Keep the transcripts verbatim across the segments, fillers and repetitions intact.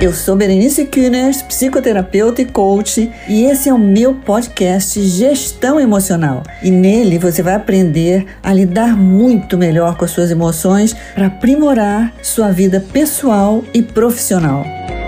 Eu sou Berenice Kühners, psicoterapeuta e coach, e esse é o meu podcast Gestão Emocional. E nele você vai aprender a lidar muito melhor com as suas emoções para aprimorar sua vida pessoal e profissional.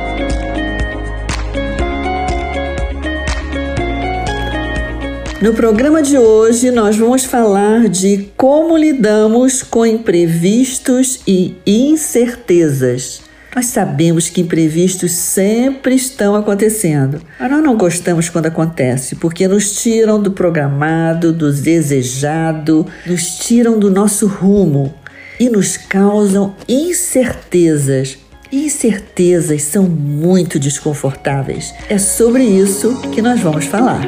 No programa de hoje, nós vamos falar de como lidamos com imprevistos e incertezas. Nós sabemos que imprevistos sempre estão acontecendo, mas nós não gostamos quando acontece, porque nos tiram do programado, do desejado, nos tiram do nosso rumo e nos causam incertezas. Incertezas são muito desconfortáveis. É sobre isso que nós vamos falar.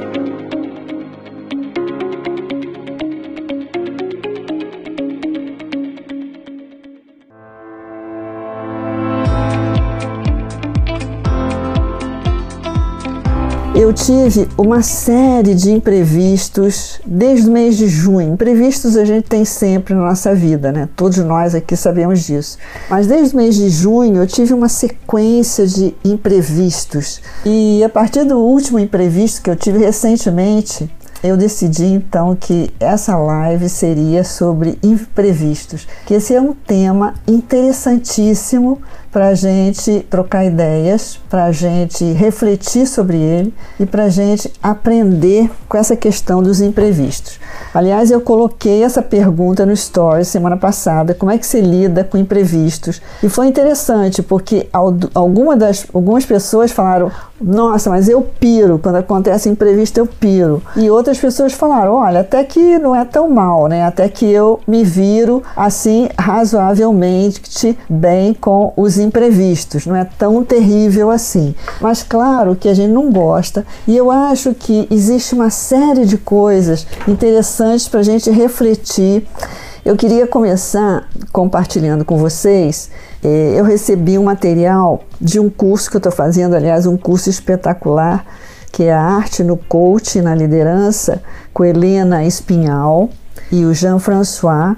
Eu tive uma série de imprevistos desde o mês de junho. Imprevistos a gente tem sempre na nossa vida, né? Todos nós aqui sabemos disso. Mas desde o mês de junho eu tive uma sequência de imprevistos. E a partir do último imprevisto que eu tive recentemente, eu decidi então que essa live seria sobre imprevistos, que esse é um tema interessantíssimo para a gente trocar ideias, para a gente refletir sobre ele e para a gente aprender com essa questão dos imprevistos. Aliás, eu coloquei essa pergunta no Stories semana passada, como é que se lida com imprevistos? E foi interessante, porque alguma das, algumas pessoas falaram, nossa, mas eu piro, quando acontece imprevisto eu piro. E outras pessoas falaram, olha, até que não é tão mal, né? Até que eu me viro assim razoavelmente bem com os imprevistos, não é tão terrível assim. Mas claro que a gente não gosta, e eu acho que existe uma série de coisas interessantes para a gente refletir. Eu queria começar compartilhando com vocês. Eu recebi um material de um curso que eu estou fazendo, aliás, um curso espetacular, que é a Arte no Coaching, na Liderança, com Helena Espinhal e o Jean-François.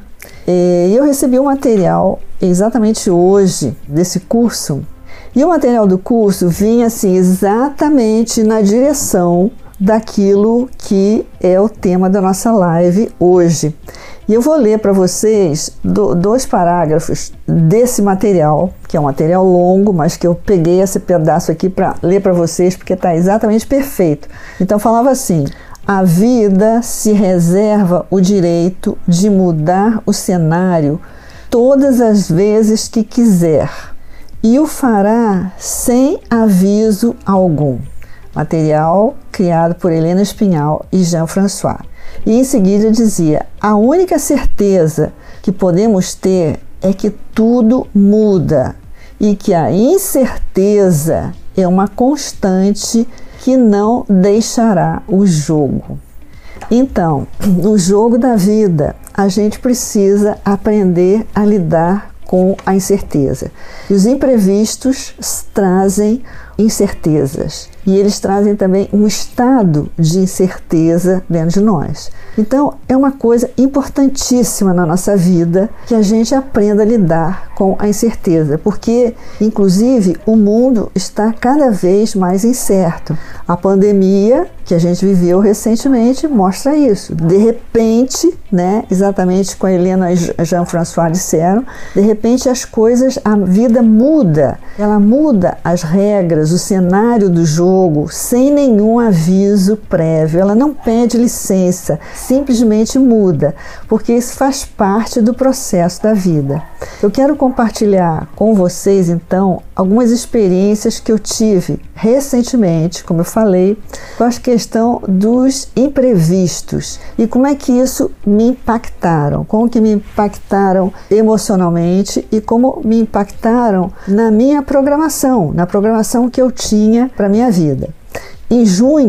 E eu recebi um material exatamente hoje desse curso. E o material do curso vinha assim, exatamente na direção daquilo que é o tema da nossa live hoje. E eu vou ler para vocês do, dois parágrafos desse material, que é um material longo, mas que eu peguei esse pedaço aqui para ler para vocês, porque está exatamente perfeito. Então falava assim: a vida se reserva o direito de mudar o cenário todas as vezes que quiser, e o fará sem aviso algum. Material criado por Helena Espinhal e Jean-François. E em seguida dizia, a única certeza que podemos ter é que tudo muda e que a incerteza é uma constante que não deixará o jogo. Então, no jogo da vida, a gente precisa aprender a lidar com a incerteza. E os imprevistos trazem incertezas. E eles trazem também um estado de incerteza dentro de nós. Então, é uma coisa importantíssima na nossa vida que a gente aprenda a lidar com a incerteza, porque, inclusive, o mundo está cada vez mais incerto. A pandemia que a gente viveu recentemente mostra isso. De repente, né, exatamente como a Helena e Jean-François disseram, de repente as coisas, a vida muda. Ela muda as regras, o cenário do jogo, sem nenhum aviso prévio. Ela não pede licença, simplesmente muda, porque isso faz parte do processo da vida. Eu quero compartilhar com vocês, então, algumas experiências que eu tive recentemente, como eu falei, com a questão dos imprevistos e como é que isso me impactaram, como que me impactaram emocionalmente e como me impactaram na minha programação, na programação que eu tinha para a minha vida. Em junho,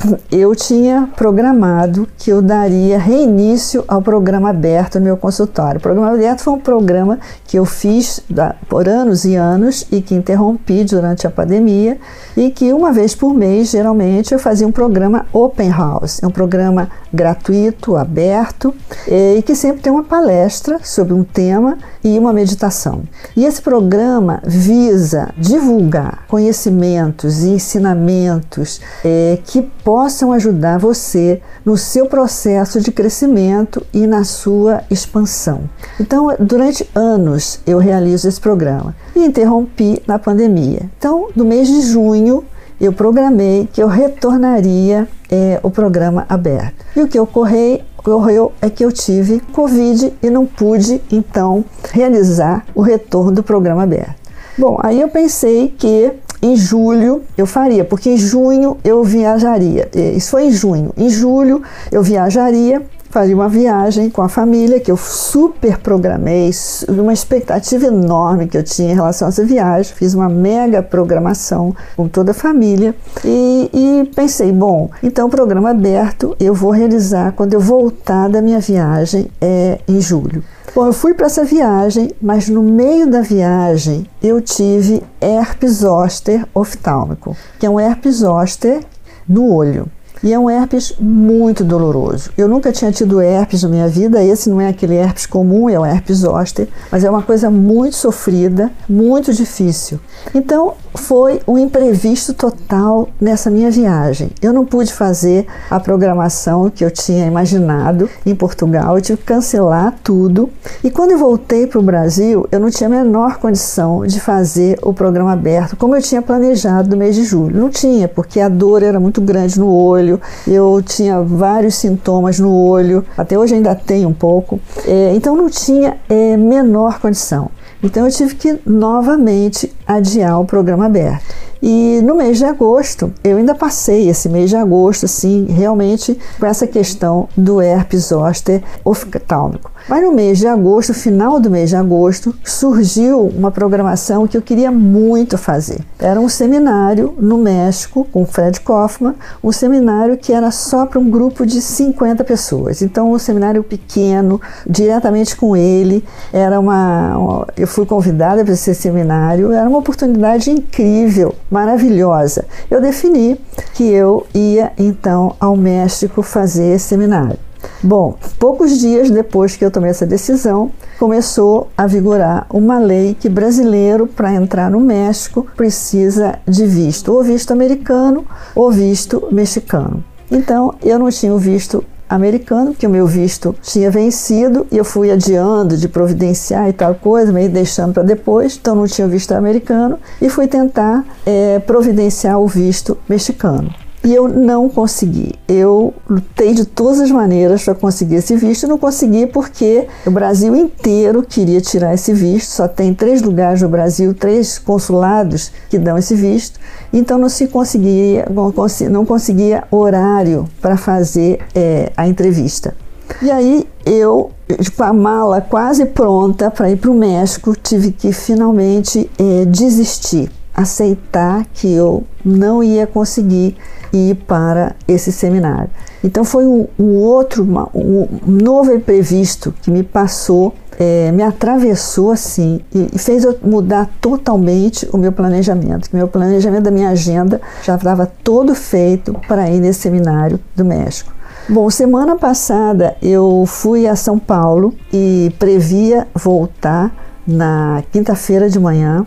eu tinha programado que eu daria reinício ao programa aberto no meu consultório. O programa aberto foi um programa que eu fiz por anos e anos e que interrompi durante a pandemia e que uma vez por mês, geralmente, eu fazia um programa open house, é um programa gratuito, aberto e que sempre tem uma palestra sobre um tema e uma meditação. E esse programa visa divulgar conhecimentos e ensinamentos é, que possam ajudar você no seu processo de crescimento e na sua expansão. Então, durante anos eu realizo esse programa e interrompi na pandemia. Então, no mês de junho, eu programei que eu retornaria é, o programa aberto. E o que ocorreu, ocorreu é que eu tive Covid e não pude, então, realizar o retorno do programa aberto. Bom, aí eu pensei que em julho eu faria, porque em junho eu viajaria. Isso foi em junho. Em julho eu viajaria, faria uma viagem com a família, que eu super programei, uma expectativa enorme que eu tinha em relação a essa viagem. Fiz uma mega programação com toda a família e, e pensei, bom, então o programa aberto eu vou realizar quando eu voltar da minha viagem é, em julho. Bom, eu fui para essa viagem, mas no meio da viagem eu tive herpes zoster oftálmico, que é um herpes zoster no olho. E é um herpes muito doloroso. Eu nunca tinha tido herpes na minha vida, esse não é aquele herpes comum, é o herpes zoster, mas é uma coisa muito sofrida, muito difícil. Então, foi um imprevisto total nessa minha viagem. Eu não pude fazer a programação que eu tinha imaginado em Portugal, eu tive que cancelar tudo. E quando eu voltei para o Brasil, eu não tinha a menor condição de fazer o programa aberto, como eu tinha planejado no mês de julho. Não tinha, porque a dor era muito grande no olho, eu tinha vários sintomas no olho, até hoje ainda tenho um pouco, é, então não tinha é, menor condição. Então eu tive que novamente adiar o programa aberto. E no mês de agosto, eu ainda passei esse mês de agosto, assim, realmente com essa questão do herpes zoster oftálmico. Mas no mês de agosto, final do mês de agosto, surgiu uma programação que eu queria muito fazer. Era um seminário no México, com o Fred Kaufman, um seminário que era só para um grupo de cinquenta pessoas. Então, um seminário pequeno, diretamente com ele. Era uma, eu fui convidada para esse seminário, era uma oportunidade incrível, maravilhosa. Eu defini que eu ia, então, ao México fazer esse seminário. Bom, poucos dias depois que eu tomei essa decisão, começou a vigorar uma lei que brasileiro, para entrar no México, precisa de visto, ou visto americano ou visto mexicano. Então, eu não tinha o visto americano, porque o meu visto tinha vencido e eu fui adiando de providenciar e tal coisa, meio deixando para depois, então não tinha o visto americano e fui tentar é, providenciar o visto mexicano. E eu não consegui. Eu lutei de todas as maneiras para conseguir esse visto. Não consegui porque o Brasil inteiro queria tirar esse visto. Só tem três lugares no Brasil, três consulados que dão esse visto. Então não se conseguia, não conseguia horário para fazer é, a entrevista. E aí eu, com a mala quase pronta para ir para o México, tive que finalmente é, desistir. Aceitar que eu não ia conseguir ir para esse seminário. Então foi um, um outro, um novo imprevisto que me passou, é, me atravessou assim e, e fez eu mudar totalmente o meu planejamento. O meu planejamento da minha agenda já estava todo feito para ir nesse seminário do México. Bom, semana passada eu fui a São Paulo e previa voltar na quinta-feira de manhã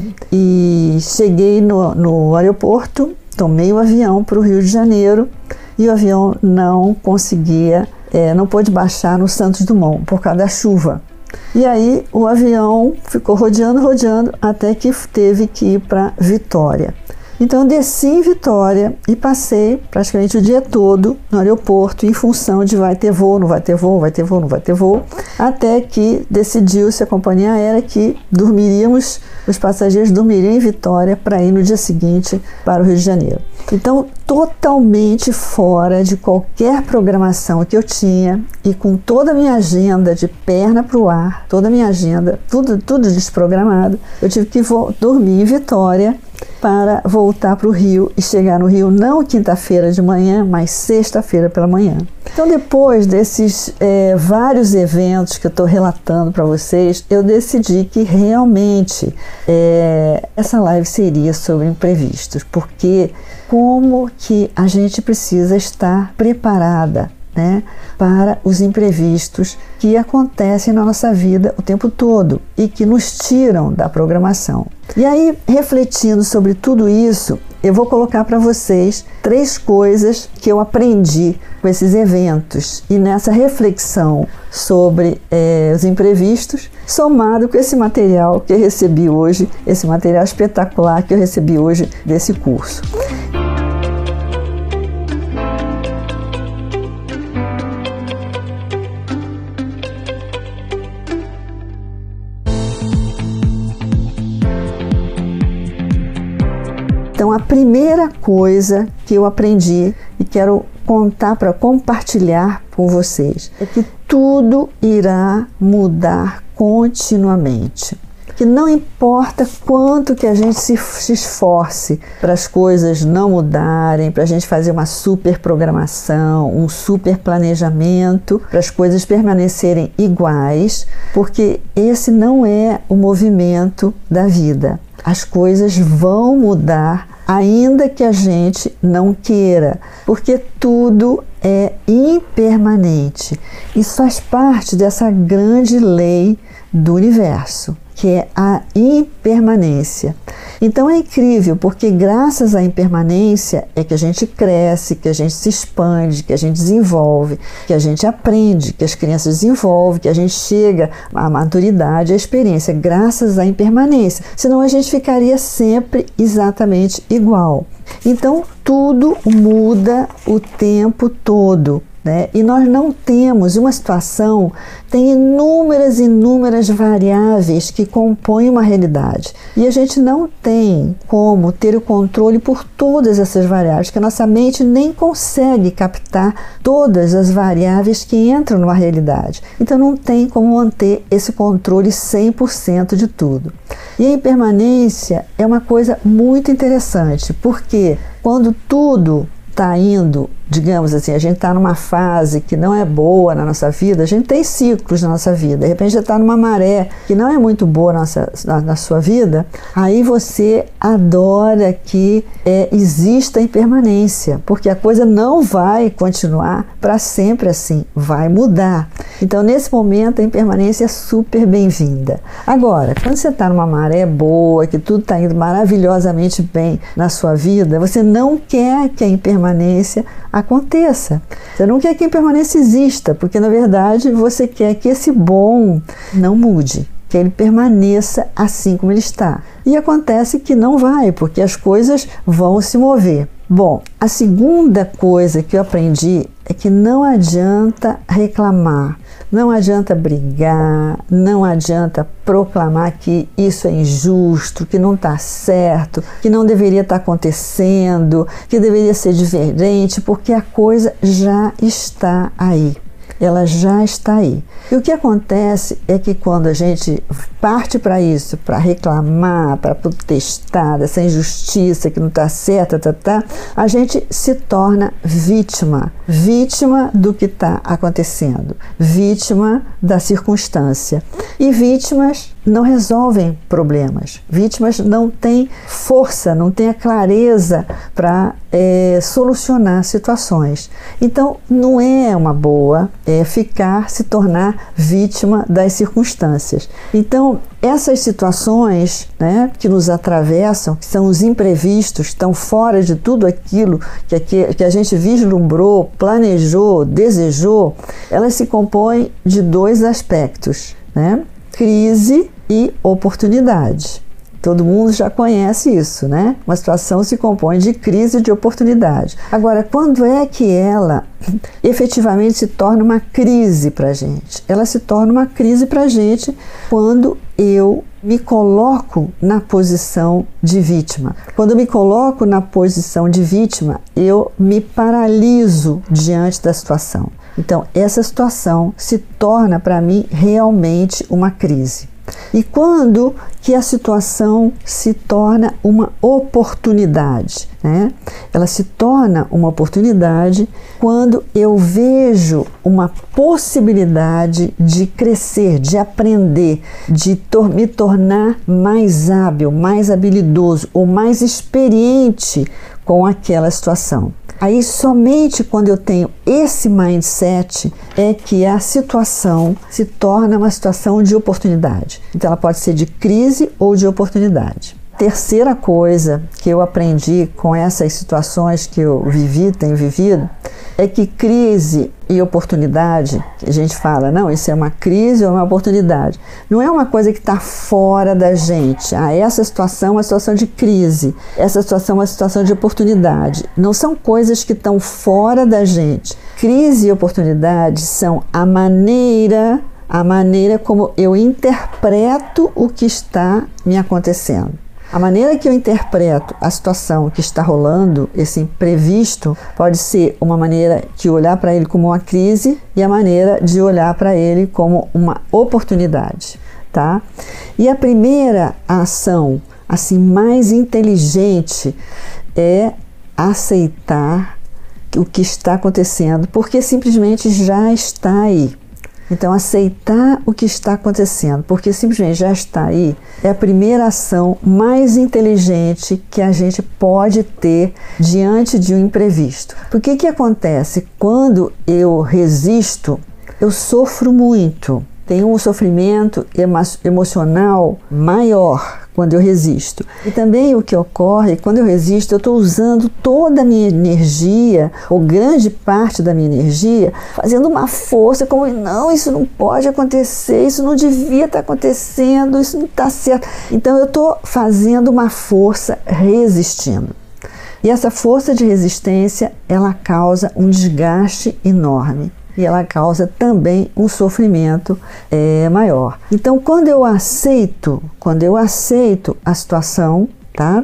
e cheguei no, no aeroporto, tomei o avião para o Rio de Janeiro e o avião não conseguia, é, não pôde baixar no Santos Dumont por causa da chuva. E aí o avião ficou rodeando, rodeando até que teve que ir para Vitória. Então eu desci em Vitória e passei praticamente o dia todo no aeroporto em função de vai ter voo, não vai ter voo, vai ter voo, não vai ter voo, até que decidiu-se a companhia aérea que dormiríamos, os passageiros dormiriam em Vitória para ir no dia seguinte para o Rio de Janeiro. Então, totalmente fora de qualquer programação que eu tinha e com toda a minha agenda de perna para o ar, toda a minha agenda, tudo, tudo desprogramado, eu tive que dormir em Vitória para voltar para o Rio e chegar no Rio não quinta-feira de manhã, mas sexta-feira pela manhã. Então, depois desses é, vários eventos que eu estou relatando para vocês, eu decidi que realmente é, essa live seria sobre imprevistos, porque como que a gente precisa estar preparada, né, para os imprevistos que acontecem na nossa vida o tempo todo e que nos tiram da programação. E aí, refletindo sobre tudo isso, eu vou colocar para vocês três coisas que eu aprendi com esses eventos e nessa reflexão sobre é, os imprevistos, somado com esse material que eu recebi hoje, esse material espetacular que eu recebi hoje desse curso. Então, a primeira coisa que eu aprendi e quero contar para compartilhar com vocês é que tudo irá mudar continuamente. Que não importa quanto que a gente se, se esforce para as coisas não mudarem, para a gente fazer uma super programação, um super planejamento, para as coisas permanecerem iguais, porque esse não é o movimento da vida. As coisas vão mudar, ainda que a gente não queira, porque tudo é impermanente. Isso faz parte dessa grande lei do universo, que é a impermanência. Então é incrível, porque graças à impermanência é que a gente cresce, que a gente se expande, que a gente desenvolve, que a gente aprende, que as crianças desenvolvem, que a gente chega à maturidade, à experiência, graças à impermanência. Senão a gente ficaria sempre exatamente igual. Então tudo muda o tempo todo. Né? E nós não temos uma situação, tem inúmeras, inúmeras variáveis que compõem uma realidade. E a gente não tem como ter o controle por todas essas variáveis, que a nossa mente nem consegue captar todas as variáveis que entram numa realidade. Então não tem como manter esse controle cem por cento de tudo. E a impermanência é uma coisa muito interessante, porque quando tudo está indo, digamos assim, a gente está numa fase que não é boa na nossa vida, a gente tem ciclos na nossa vida, de repente já está numa maré que não é muito boa na, nossa, na, na sua vida, aí você adora que é, exista impermanência, porque a coisa não vai continuar para sempre assim, vai mudar. Então nesse momento a impermanência é super bem-vinda. Agora, quando você está numa maré boa, que tudo está indo maravilhosamente bem na sua vida, você não quer que a impermanência aconteça. Você não quer que a impermanência exista, porque na verdade você quer que esse bom não mude, que ele permaneça assim como ele está. E acontece que não vai, porque as coisas vão se mover. Bom, a segunda coisa que eu aprendi é que não adianta reclamar, não adianta brigar, não adianta proclamar que isso é injusto, que não está certo, que não deveria estar acontecendo, que deveria ser diferente, porque a coisa já está aí. Ela já está aí. E o que acontece é que quando a gente parte para isso, para reclamar, para protestar dessa injustiça que não está certa, tá, tá, a gente se torna vítima. Vítima do que está acontecendo. Vítima da circunstância. E vítimas não resolvem problemas. Vítimas não têm força, não têm a clareza para é, solucionar situações. Então, não é uma boa é, ficar, se tornar vítima das circunstâncias. Então, essas situações, né, que nos atravessam, que são os imprevistos, estão fora de tudo aquilo que, que, que a gente vislumbrou, planejou, desejou, elas se compõem de dois aspectos, né? Crise e oportunidade. Todo mundo já conhece isso, né? Uma situação se compõe de crise e de oportunidade. Agora, quando é que ela efetivamente se torna uma crise para a gente? Ela se torna uma crise para a gente quando eu me coloco na posição de vítima. Quando eu me coloco na posição de vítima, eu me paraliso diante da situação. Então, essa situação se torna para mim realmente uma crise. E quando que a situação se torna uma oportunidade, né? Ela se torna uma oportunidade quando eu vejo uma possibilidade de crescer, de aprender, de tor- me tornar mais hábil, mais habilidoso ou mais experiente com aquela situação. Aí somente quando eu tenho esse mindset é que a situação se torna uma situação de oportunidade. Então ela pode ser de crise ou de oportunidade. Terceira coisa que eu aprendi com essas situações que eu vivi, tenho vivido, é que crise e oportunidade, a gente fala, não, isso é uma crise ou uma oportunidade. Não é uma coisa que está fora da gente. Ah, essa situação é uma situação de crise, essa situação é uma situação de oportunidade. Não são coisas que estão fora da gente. Crise e oportunidade são a maneira, a maneira como eu interpreto o que está me acontecendo. A maneira que eu interpreto a situação que está rolando, esse imprevisto, pode ser uma maneira de olhar para ele como uma crise e a maneira de olhar para ele como uma oportunidade, tá? E a primeira ação, assim, mais inteligente é aceitar o que está acontecendo, porque simplesmente já está aí. Então, aceitar o que está acontecendo, porque simplesmente já está aí, é a primeira ação mais inteligente que a gente pode ter diante de um imprevisto. Porque o que acontece? Quando eu resisto, eu sofro muito. Tenho um sofrimento emo- emocional maior quando eu resisto. E também o que ocorre, quando eu resisto, eu estou usando toda a minha energia, ou grande parte da minha energia, fazendo uma força, como, não, isso não pode acontecer, isso não devia estar acontecendo, isso não está certo. Então eu estou fazendo uma força resistindo. E essa força de resistência, ela causa um desgaste enorme. E ela causa também um sofrimento é, maior. Então, quando eu aceito, quando eu aceito a situação, tá?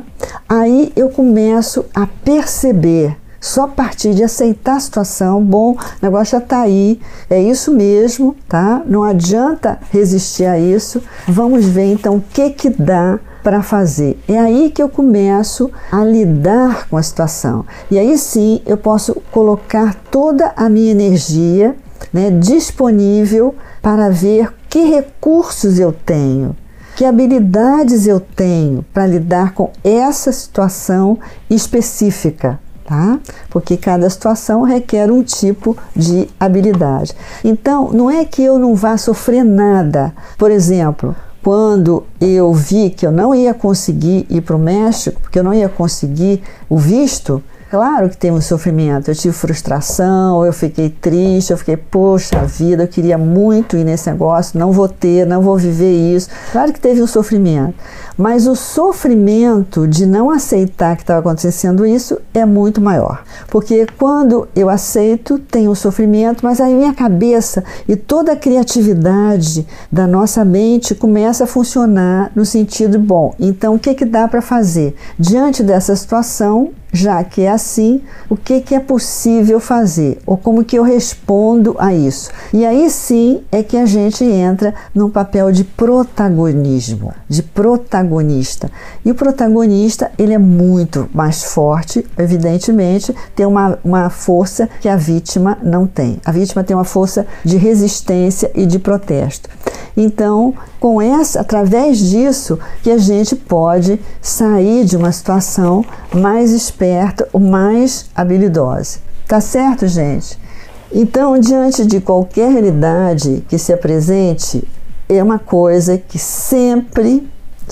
Aí eu começo a perceber, só a partir de aceitar a situação, bom, o negócio já está aí, é isso mesmo, tá? Não adianta resistir a isso. Vamos ver então o que que dá para fazer. É aí que eu começo a lidar com a situação. E aí sim eu posso colocar toda a minha energia, né, disponível para ver que recursos eu tenho, que habilidades eu tenho para lidar com essa situação específica. Tá? Porque cada situação requer um tipo de habilidade. Então, não é que eu não vá sofrer nada. Por exemplo, quando eu vi que eu não ia conseguir ir para o México, porque eu não ia conseguir o visto, claro que teve um sofrimento. Eu tive frustração, eu fiquei triste, eu fiquei, poxa vida, eu queria muito ir nesse negócio, não vou ter, não vou viver isso. Claro que teve um sofrimento. Mas o sofrimento de não aceitar que estava acontecendo isso é muito maior. Porque quando eu aceito, tem um sofrimento, mas aí minha cabeça e toda a criatividade da nossa mente começa a funcionar no sentido, bom, então o que, que dá para fazer? Diante dessa situação, já que é assim, o que, que é possível fazer? Ou como que eu respondo a isso? E aí sim é que a gente entra num papel de protagonismo, de protagonista. E o protagonista, ele é muito mais forte, evidentemente, tem uma, uma força que a vítima não tem. A vítima tem uma força de resistência e de protesto. Então, com essa, através disso, que a gente pode sair de uma situação mais esperta ou mais habilidosa. Tá certo, gente? Então, diante de qualquer realidade que se apresente, é uma coisa que sempre,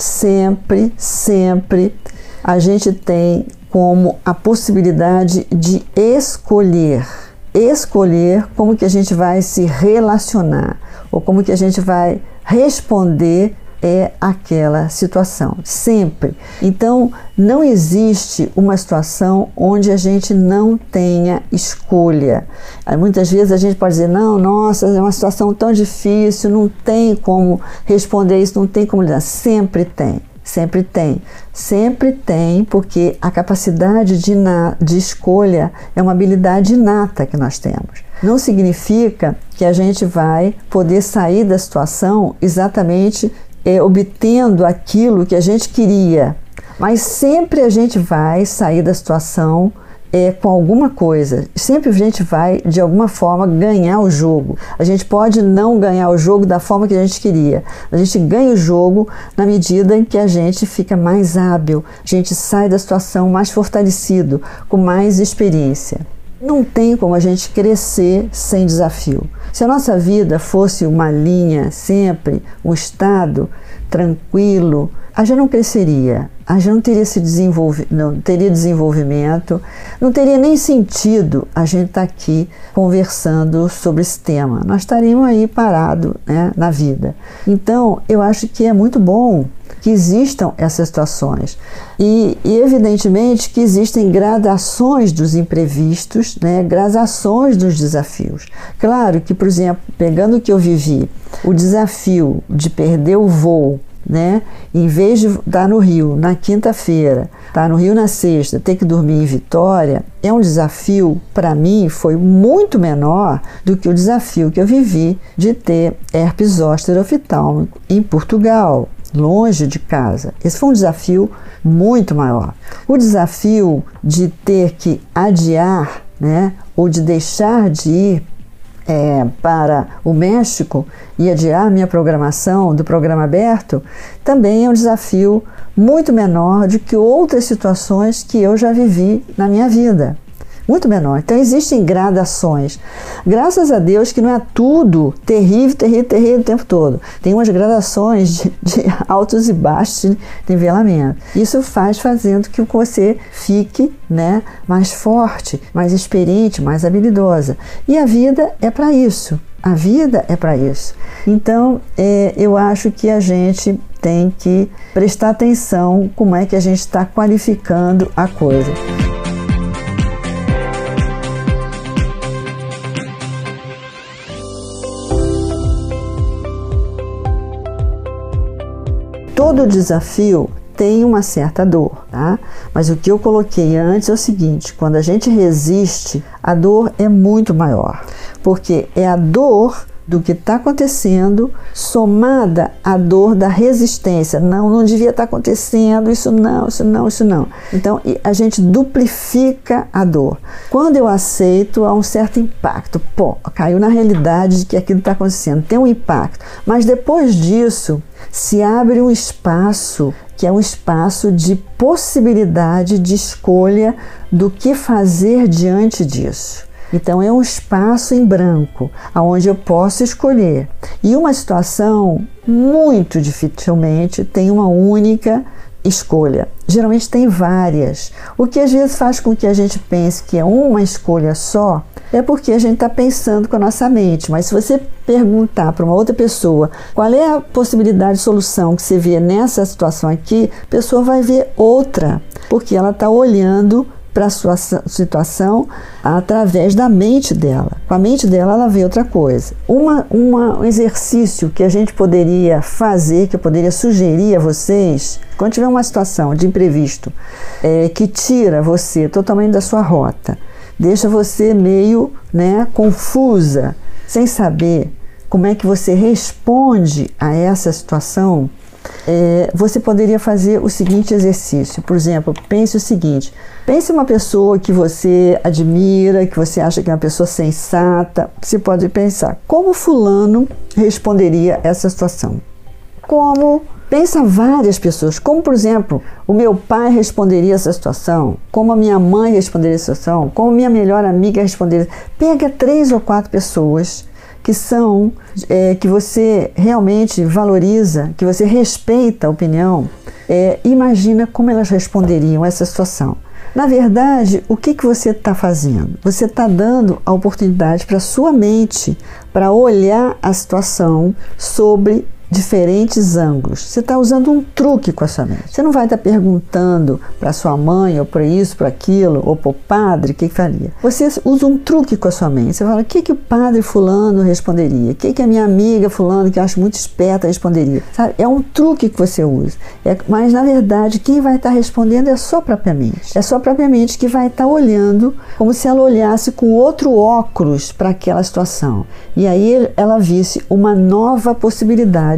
sempre, sempre a gente tem como a possibilidade de escolher. Escolher como que a gente vai se relacionar ou como que a gente vai responder é aquela situação, sempre. Então, não existe uma situação onde a gente não tenha escolha. Muitas vezes a gente pode dizer, não, nossa, é uma situação tão difícil, não tem como responder isso, não tem como lidar. Sempre tem. Sempre tem, sempre tem, porque a capacidade de, na, de escolha é uma habilidade inata que nós temos. Não significa que a gente vai poder sair da situação exatamente é, obtendo aquilo que a gente queria, mas sempre a gente vai sair da situação É, com alguma coisa. Sempre a gente vai, de alguma forma, ganhar o jogo. A gente pode não ganhar o jogo da forma que a gente queria. A gente ganha o jogo na medida em que a gente fica mais hábil, a gente sai da situação mais fortalecido, com mais experiência. Não tem como a gente crescer sem desafio. Se a nossa vida fosse uma linha sempre, um estado tranquilo, a gente não cresceria, a gente não teria, se desenvolve, não teria desenvolvimento, não teria nem sentido a gente estar aqui conversando sobre esse tema. Nós estaríamos aí parados, né, na vida. Então, eu acho que é muito bom que existam essas situações. E, e evidentemente que existem gradações dos imprevistos, né, gradações dos desafios. Claro que, por exemplo, pegando o que eu vivi, o desafio de perder o voo, né? Em vez de estar no Rio na quinta-feira, estar no Rio na sexta, ter que dormir em Vitória, é um desafio, para mim, foi muito menor do que o desafio que eu vivi de ter herpes zoster oftálmico em Portugal, longe de casa. Esse foi um desafio muito maior. O desafio de ter que adiar, né, ou de deixar de ir É, para o México e adiar minha programação do programa aberto, também é um desafio muito menor do que outras situações que eu já vivi na minha vida. Muito menor. Então existem gradações. Graças a Deus que não é tudo terrível, terrível, terrível o tempo todo. Tem umas gradações de, de altos e baixos de nivelamento. Isso faz fazendo que você fique, né, mais forte, mais experiente, mais habilidosa. E a vida é para isso. A vida é para isso. Então, é, eu acho que a gente tem que prestar atenção como é que a gente está qualificando a coisa. Todo desafio tem uma certa dor, tá? Mas o que eu coloquei antes é o seguinte: quando a gente resiste, a dor é muito maior, porque é a dor do que está acontecendo somada à dor da resistência. Não, não devia estar acontecendo, isso não, isso não, isso não. Então, a gente duplica a dor. Quando eu aceito, há um certo impacto. Pô, caiu na realidade de que aquilo está acontecendo, tem um impacto. Mas depois disso, se abre um espaço, que é um espaço de possibilidade de escolha do que fazer diante disso. Então é um espaço em branco, onde eu posso escolher. E uma situação muito dificilmente tem uma única escolha. Geralmente tem várias. O que às vezes faz com que a gente pense que é uma escolha só, é porque a gente está pensando com a nossa mente. Mas se você perguntar para uma outra pessoa qual é a possibilidade de solução que você vê nessa situação aqui, a pessoa vai ver outra, porque ela está olhando para a sua situação através da mente dela. Com a mente dela, ela vê outra coisa. Uma, uma, um exercício que a gente poderia fazer, que eu poderia sugerir a vocês, quando tiver uma situação de imprevisto é, que tira você totalmente da sua rota, deixa você meio, né, confusa, sem saber como é que você responde a essa situação, É, você poderia fazer o seguinte exercício. Por exemplo, pense o seguinte: pense uma pessoa que você admira, que você acha que é uma pessoa sensata. Você pode pensar, como fulano responderia essa situação? Como? Pensa várias pessoas, como por exemplo, o meu pai responderia essa situação, como a minha mãe responderia essa situação, como minha melhor amiga responderia. Pega três ou quatro pessoas que são, é, que você realmente valoriza, que você respeita a opinião, é, imagina como elas responderiam a essa situação. Na verdade, o que, que você está fazendo? Você está dando a oportunidade para a sua mente para olhar a situação sobre diferentes ângulos. Você está usando um truque com a sua mente. Você não vai estar perguntando para sua mãe, ou para isso, para aquilo, ou para o padre, o que, que faria. Você usa um truque com a sua mente. Você fala, o que, que o padre fulano responderia? O que, que a minha amiga fulano, que eu acho muito esperta, responderia? Sabe? É um truque que você usa. É, mas, na verdade, quem vai estar respondendo é a sua própria mente. É a sua própria mente que vai estar olhando como se ela olhasse com outro óculos para aquela situação. E aí ela visse uma nova possibilidade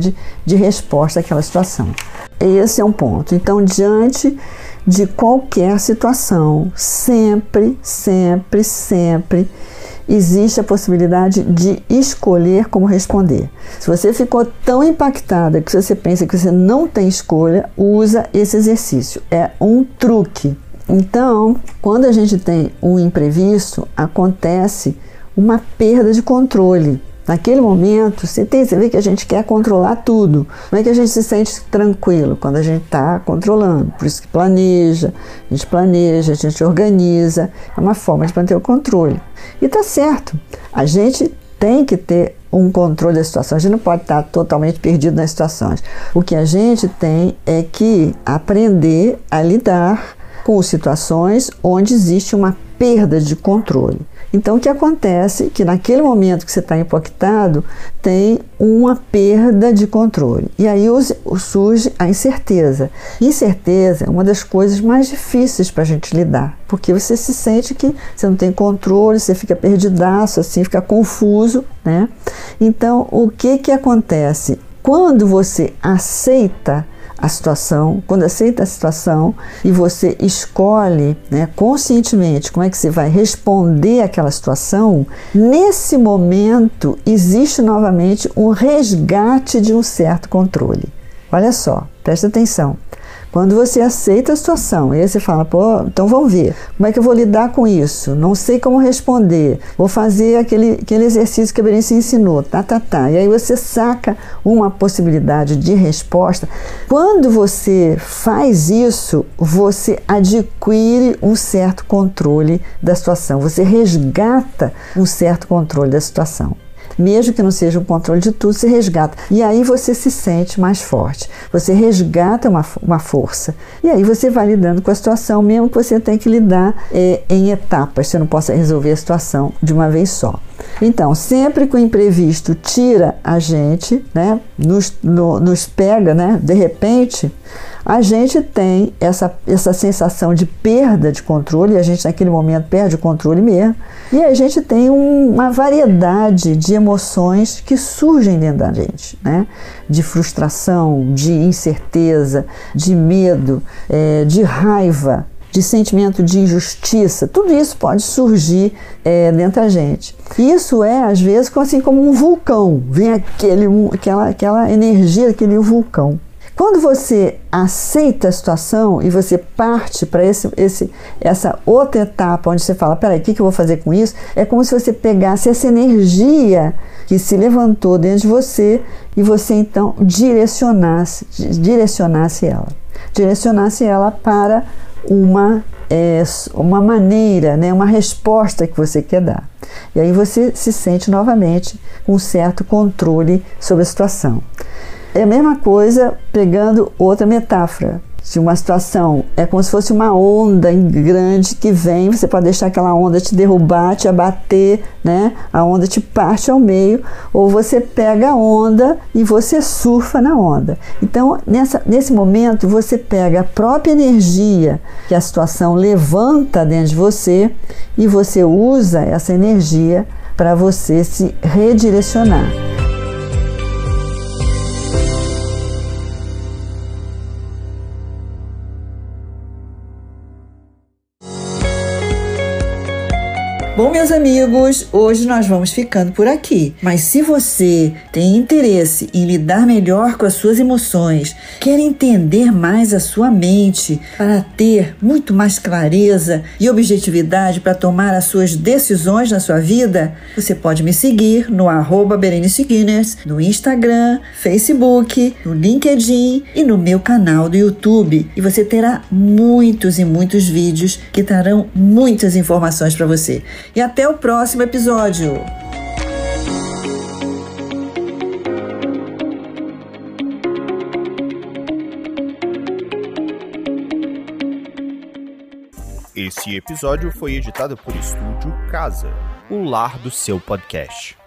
possibilidade de resposta àquela situação. Esse é um ponto. Então, diante de qualquer situação, sempre, sempre, sempre existe a possibilidade de escolher como responder. Se você ficou tão impactada que você pensa que você não tem escolha, usa esse exercício. É um truque. Então, quando a gente tem um imprevisto, acontece uma perda de controle. Naquele momento, você, tem, você vê que a gente quer controlar tudo. Não é que a gente se sente tranquilo quando a gente está controlando. Por isso que planeja, a gente planeja, a gente organiza. É uma forma de manter o controle. E tá certo. A gente tem que ter um controle da situação. A gente não pode estar totalmente perdido nas situações. O que a gente tem é que aprender a lidar com situações onde existe uma perda de controle. Então, o que acontece é que naquele momento que você está impactado, tem uma perda de controle. E aí surge a incerteza. Incerteza é uma das coisas mais difíceis para a gente lidar, porque você se sente que você não tem controle, você fica perdidaço, assim, fica confuso, né? Então, o que que acontece? Quando você aceita a situação, quando aceita a situação e você escolhe, né, conscientemente como é que você vai responder àquela situação, nesse momento existe novamente um resgate de um certo controle. Olha só, presta atenção. Quando você aceita a situação e aí você fala, pô, então vamos ver, como é que eu vou lidar com isso? Não sei como responder, vou fazer aquele, aquele exercício que a Berenice ensinou, tá, tá, tá. E aí você saca uma possibilidade de resposta. Quando você faz isso, você adquire um certo controle da situação, você resgata um certo controle da situação. Mesmo que não seja um controle de tudo, você resgata. E aí você se sente mais forte. Você resgata uma, uma força. E aí você vai lidando com a situação, mesmo que você tenha que lidar é, em etapas. Você não possa resolver a situação de uma vez só. Então, sempre que o imprevisto tira a gente, né, nos, no, nos pega, né, de repente, a gente tem essa, essa sensação de perda de controle, a gente naquele momento perde o controle mesmo, e a gente tem um, uma variedade de emoções que surgem dentro da gente, né? De frustração, de incerteza, de medo, é, de raiva, de sentimento de injustiça, tudo isso pode surgir é, dentro da gente. Isso é, às vezes, assim como um vulcão, vem aquele, aquela, aquela energia daquele vulcão. Quando você aceita a situação e você parte para esse, esse, essa outra etapa onde você fala, peraí, o que, que eu vou fazer com isso? É como se você pegasse essa energia que se levantou dentro de você e você então direcionasse, direcionasse ela. Direcionasse ela para uma, é, uma maneira, né, uma resposta que você quer dar. E aí você se sente novamente com um certo controle sobre a situação. É a mesma coisa pegando outra metáfora. Se uma situação é como se fosse uma onda grande que vem, você pode deixar aquela onda te derrubar, te abater, né? A onda te parte ao meio, ou você pega a onda e você surfa na onda. Então, nessa, nesse momento, você pega a própria energia que a situação levanta dentro de você e você usa essa energia para você se redirecionar. Bom, meus amigos, hoje nós vamos ficando por aqui. Mas se você tem interesse em lidar melhor com as suas emoções, quer entender mais a sua mente para ter muito mais clareza e objetividade para tomar as suas decisões na sua vida, você pode me seguir no arroba Berenice Guinness, no Instagram, Facebook, no LinkedIn e no meu canal do YouTube. E você terá muitos e muitos vídeos que trarão muitas informações para você. E até o próximo episódio! Esse episódio foi editado por Estúdio Casa, o lar do seu podcast.